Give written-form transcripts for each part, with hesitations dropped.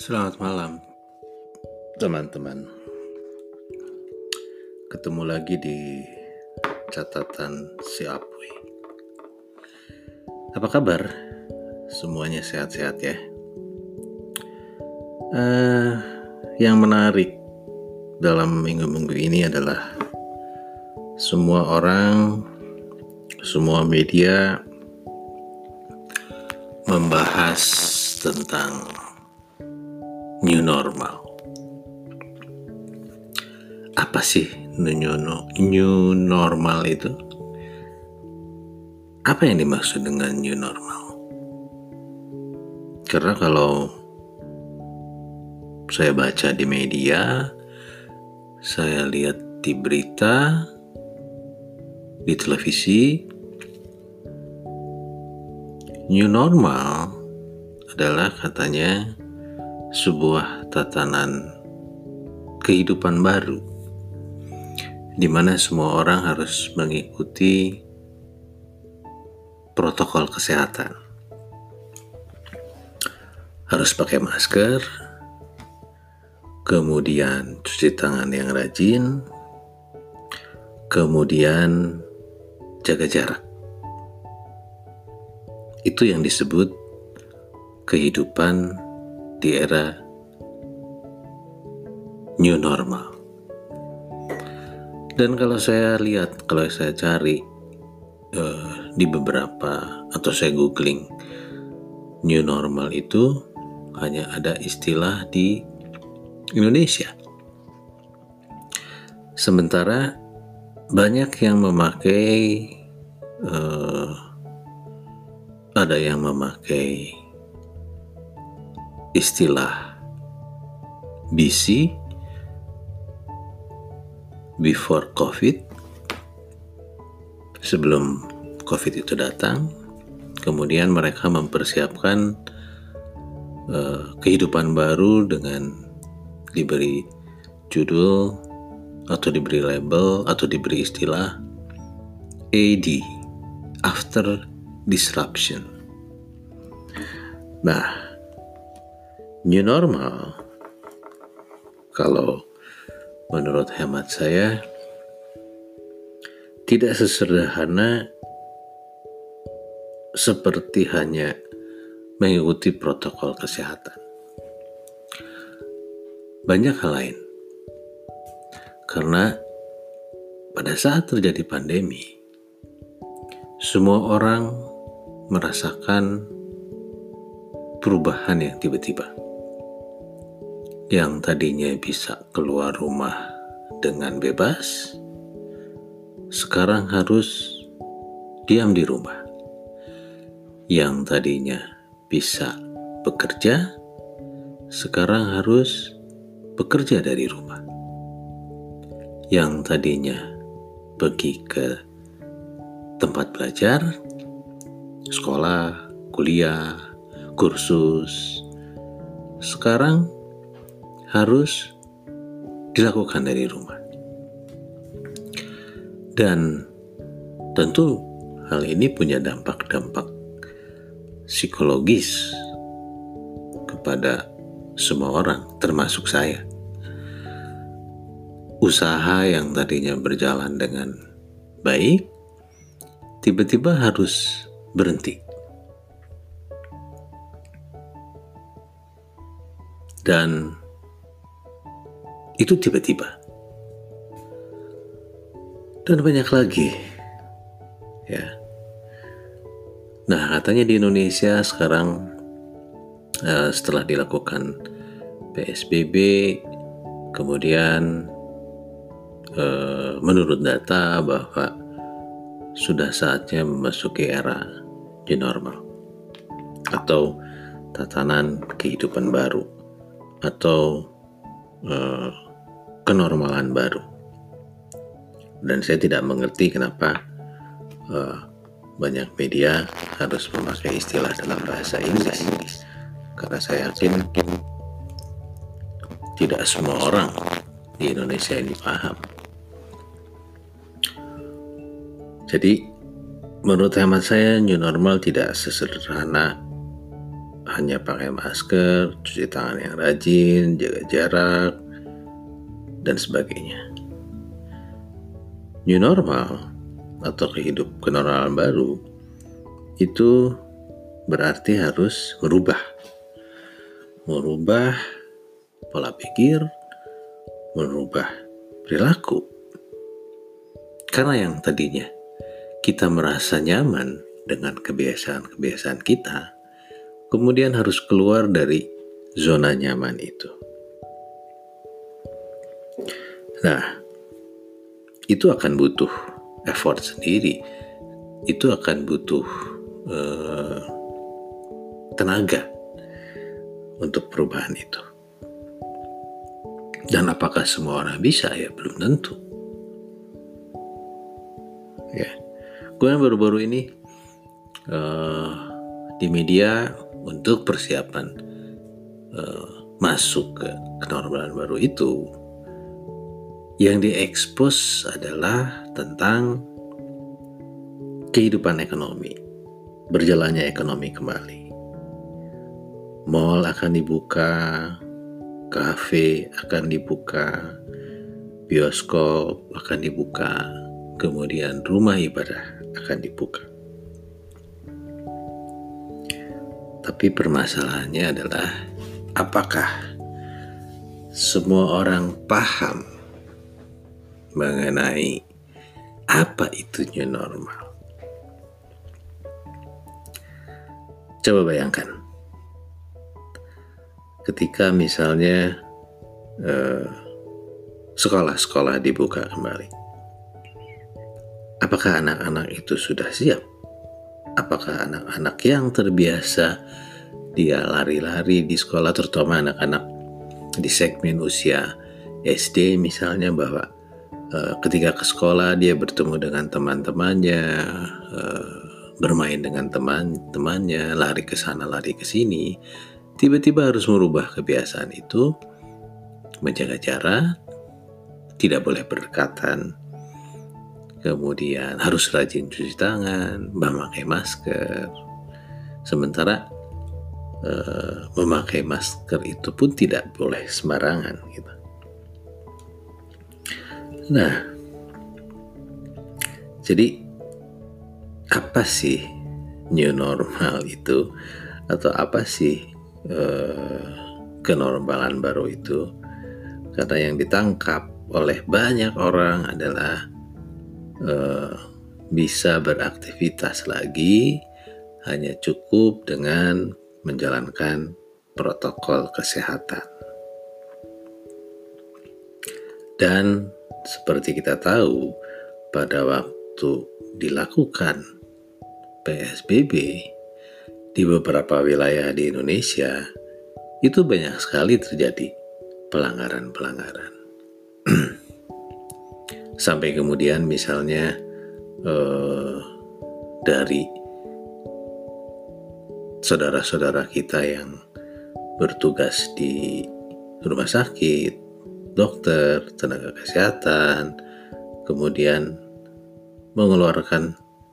Selamat malam, teman-teman. Ketemu lagi di catatan si Apuy. Apa kabar? Semuanya sehat-sehat ya? Yang menarik dalam minggu-minggu ini adalah semua orang, semua media membahas tentang new normal. Apa sih new normal itu? Apa yang dimaksud dengan new normal? Karena kalau saya baca di media, saya lihat di berita, di televisi, new normal adalah katanya sebuah tatanan kehidupan baru di mana semua orang harus mengikuti protokol kesehatan. Harus pakai masker, kemudian cuci tangan yang rajin, kemudian jaga jarak. Itu yang disebut kehidupan di era new normal. Dan kalau saya lihat, kalau saya cari di beberapa, atau saya googling new normal itu hanya ada istilah di Indonesia. Sementara banyak yang memakai ada yang memakai istilah BC, before COVID, sebelum COVID itu datang. Kemudian mereka mempersiapkan kehidupan baru dengan diberi judul atau diberi label atau diberi istilah AD, after disruption. Nah, new normal kalau menurut hemat saya tidak sesederhana seperti hanya mengikuti protokol kesehatan. Banyak hal lain. Karena pada saat terjadi pandemi, semua orang merasakan perubahan yang tiba-tiba. Yang tadinya bisa keluar rumah dengan bebas, sekarang harus diam di rumah. Yang tadinya bisa bekerja, sekarang harus bekerja dari rumah. Yang tadinya pergi ke tempat belajar, sekolah, kuliah, kursus, sekarang harus dilakukan dari rumah. Dan tentu hal ini punya dampak-dampak psikologis kepada semua orang, termasuk saya. Usaha yang tadinya berjalan dengan baik, tiba-tiba harus berhenti. Dan itu tiba-tiba. Dan banyak lagi, ya. Nah, katanya di Indonesia sekarang setelah dilakukan PSBB, kemudian menurut data bahwa sudah saatnya memasuki era new normal atau tatanan kehidupan baru atau kenormalan baru. Dan saya tidak mengerti kenapa banyak media harus memakai istilah dalam bahasa Inggris, karena saya yakin tidak semua orang di Indonesia ini paham. Jadi menurut hemat saya new normal tidak sesederhana hanya pakai masker, cuci tangan yang rajin, jaga jarak, dan sebagainya. New normal atau kenormalan baru itu berarti harus merubah pola pikir, merubah perilaku. Karena yang tadinya kita merasa nyaman dengan kebiasaan-kebiasaan kita, kemudian harus keluar dari zona nyaman itu. Nah, itu akan butuh effort sendiri. Itu akan butuh tenaga untuk perubahan itu. Dan apakah semua orang bisa? Ya belum tentu. Ya, gue baru-baru ini di media untuk persiapan masuk ke kenormalan baru itu, yang diekspos adalah tentang kehidupan ekonomi, berjalannya ekonomi kembali. Mall akan dibuka, kafe akan dibuka, bioskop akan dibuka, kemudian rumah ibadah akan dibuka. Tapi permasalahannya adalah apakah semua orang paham mengenai apa itu new normal? Coba bayangkan, ketika misalnya sekolah-sekolah dibuka kembali, apakah anak-anak itu sudah siap? Apakah anak-anak yang terbiasa dia lari-lari di sekolah, terutama anak-anak di segmen usia SD misalnya, bahwa ketika ke sekolah dia bertemu dengan teman-temannya, bermain dengan teman-temannya, lari ke sana, lari ke sini, tiba-tiba harus merubah kebiasaan itu, menjaga jarak, tidak boleh berdekatan, kemudian harus rajin cuci tangan, memakai masker. Sementara memakai masker itu pun tidak boleh sembarangan gitu. Nah, jadi apa sih new normal itu, atau apa sih kenormalan baru itu? Karena yang ditangkap oleh banyak orang adalah bisa beraktivitas lagi hanya cukup dengan menjalankan protokol kesehatan. Dan seperti kita tahu, pada waktu dilakukan PSBB di beberapa wilayah di Indonesia, itu banyak sekali terjadi pelanggaran-pelanggaran. Sampai kemudian misalnya dari saudara-saudara kita yang bertugas di rumah sakit, dokter, tenaga kesehatan, kemudian mengeluarkan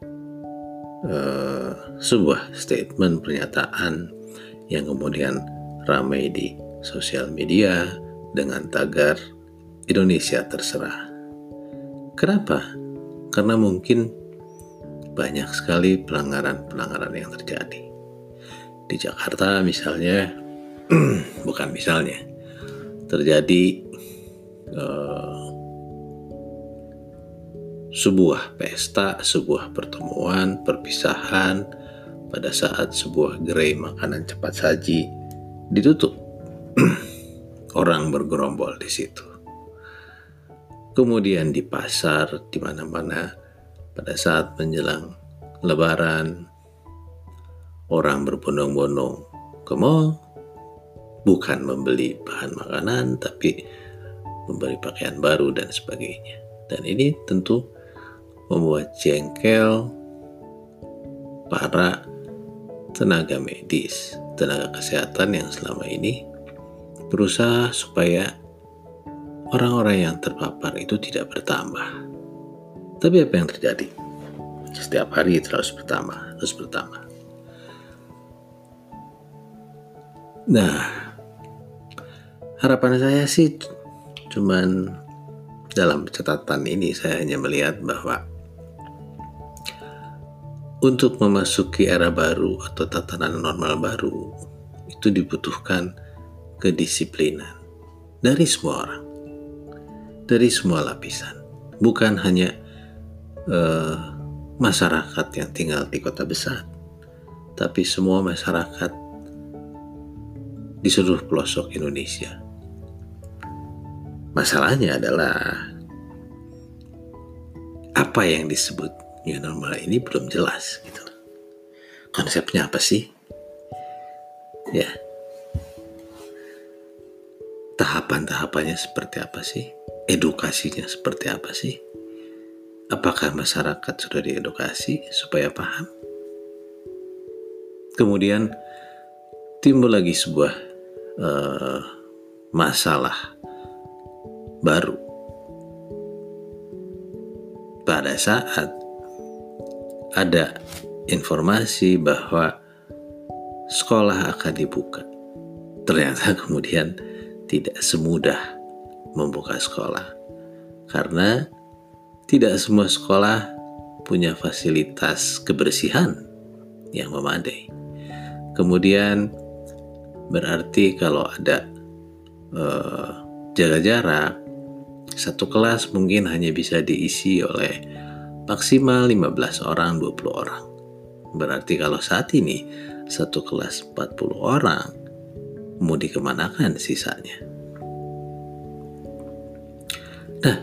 sebuah statement, pernyataan yang kemudian ramai di sosial media dengan tagar Indonesia terserah. Kenapa? Karena mungkin banyak sekali pelanggaran-pelanggaran yang terjadi. Di Jakarta misalnya, bukan misalnya, terjadi sebuah pesta, sebuah pertemuan, perpisahan pada saat sebuah gerai makanan cepat saji ditutup. Orang bergerombol di situ. Kemudian di pasar, di mana-mana pada saat menjelang Lebaran, orang berbondong-bondong ke mall, bukan membeli bahan makanan, tapi membeli pakaian baru dan sebagainya. Dan ini tentu membuat jengkel para tenaga medis, tenaga kesehatan yang selama ini berusaha supaya orang-orang yang terpapar itu tidak bertambah. Tapi apa yang terjadi? Setiap hari terus bertambah. Nah, harapan saya sih cuman dalam catatan ini saya hanya melihat bahwa untuk memasuki era baru atau tatanan normal baru itu dibutuhkan kedisiplinan dari semua orang, dari semua lapisan, bukan hanya masyarakat yang tinggal di kota besar, tapi semua masyarakat di seluruh pelosok Indonesia. Masalahnya adalah apa yang disebut new normal ini belum jelas gitu. Konsepnya apa sih? Ya, tahapan-tahapannya seperti apa sih? Edukasinya seperti apa sih? Apakah masyarakat sudah diedukasi supaya paham? Kemudian timbul lagi sebuah masalah baru pada saat ada informasi bahwa sekolah akan dibuka. Ternyata kemudian tidak semudah membuka sekolah karena tidak semua sekolah punya fasilitas kebersihan yang memadai. Kemudian berarti kalau ada jaga jarak, satu kelas mungkin hanya bisa diisi oleh maksimal 15 orang, 20 orang. Berarti kalau saat ini satu kelas 40 orang, mau dikemanakan sisanya? Nah,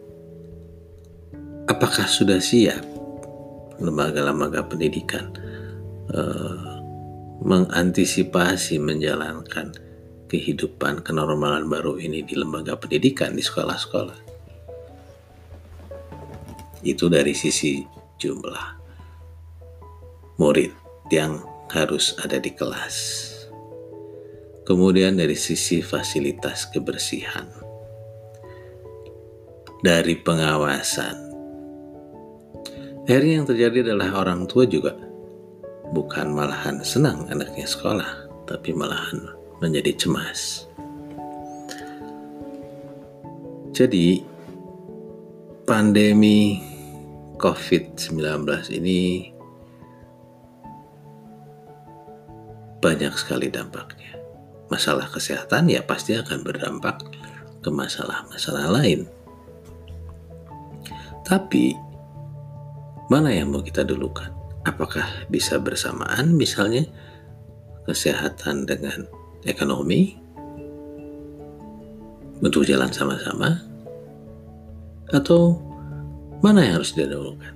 apakah sudah siap lembaga-lembaga pendidikan mengantisipasi menjalankan kehidupan kenormalan baru ini di lembaga pendidikan, di sekolah-sekolah? Itu dari sisi jumlah murid yang harus ada di kelas. Kemudian dari sisi fasilitas kebersihan, dari pengawasan. Akhirnya yang terjadi adalah orang tua juga bukan malahan senang anaknya sekolah, tapi malahan menjadi cemas. Jadi pandemi COVID-19 ini banyak sekali dampaknya. Masalah kesehatan ya pasti akan berdampak ke masalah-masalah lain. Tapi mana yang mau kita dulukan? Apakah bisa bersamaan misalnya kesehatan dengan ekonomi untuk jalan sama-sama? Atau mana yang harus didahulukan?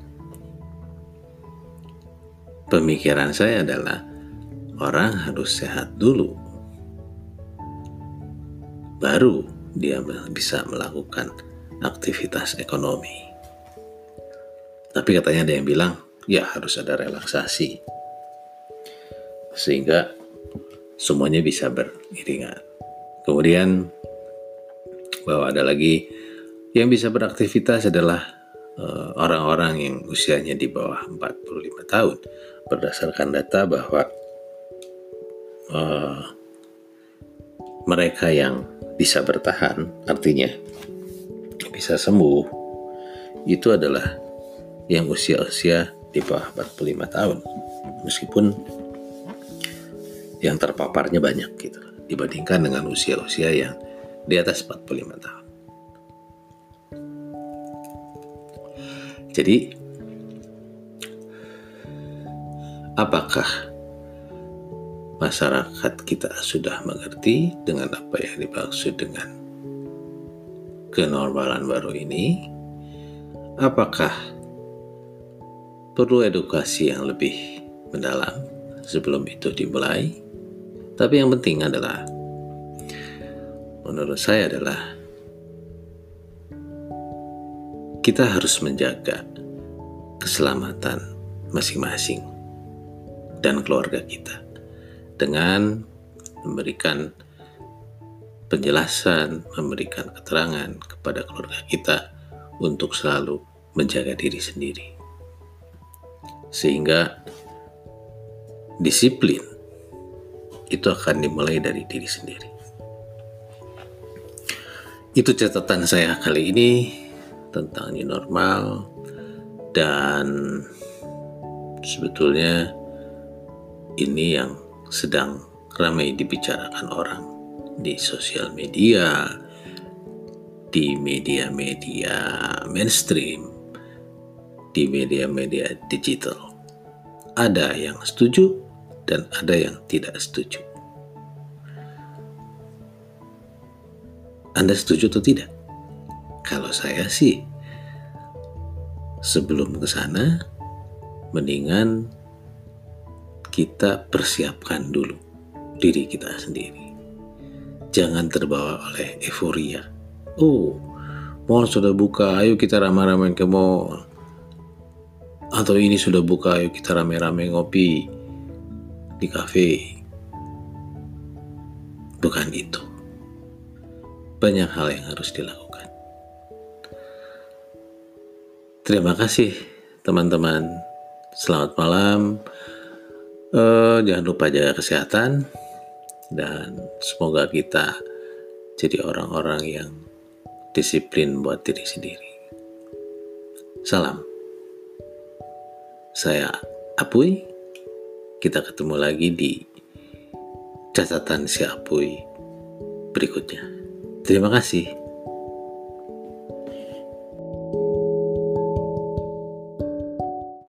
Pemikiran saya adalah orang harus sehat dulu, baru dia bisa melakukan aktivitas ekonomi. Tapi katanya ada yang bilang, ya harus ada relaksasi, sehingga semuanya bisa beriringan. Kemudian bahwa ada lagi yang bisa beraktivitas adalah orang-orang yang usianya di bawah 45 tahun. Berdasarkan data bahwa mereka yang bisa bertahan, artinya bisa sembuh, itu adalah yang usia-usia di bawah 45 tahun. Meskipun yang terpaparnya banyak gitu dibandingkan dengan usia-usia yang di atas 45 tahun. Jadi apakah masyarakat kita sudah mengerti dengan apa yang dimaksud dengan kenormalan baru ini? Apakah perlu edukasi yang lebih mendalam sebelum itu dimulai? Tapi yang penting adalah, menurut saya adalah kita harus menjaga keselamatan masing-masing dan keluarga kita dengan memberikan penjelasan, memberikan keterangan kepada keluarga kita untuk selalu menjaga diri sendiri. Sehingga disiplin itu akan dimulai dari diri sendiri. Itu catatan saya kali ini tentang new normal, dan sebetulnya ini yang sedang ramai dibicarakan orang di sosial media, di media-media mainstream, di media-media digital. Ada yang setuju dan ada yang tidak setuju. Anda setuju atau tidak? Kalau saya sih, sebelum ke sana, mendingan kita persiapkan dulu diri kita sendiri. Jangan terbawa oleh euforia. Oh, mall sudah buka, ayo kita ramai-ramai ke mall. Atau ini sudah buka, ayo kita rame-rame ngopi di kafe. Bukan itu. Banyak hal yang harus dilakukan. Terima kasih teman-teman. Selamat malam. Jangan lupa jaga kesehatan, dan semoga kita jadi orang-orang yang disiplin buat diri sendiri. Salam. Saya Apuy. Kita ketemu lagi di catatan si Apuy berikutnya. Terima kasih.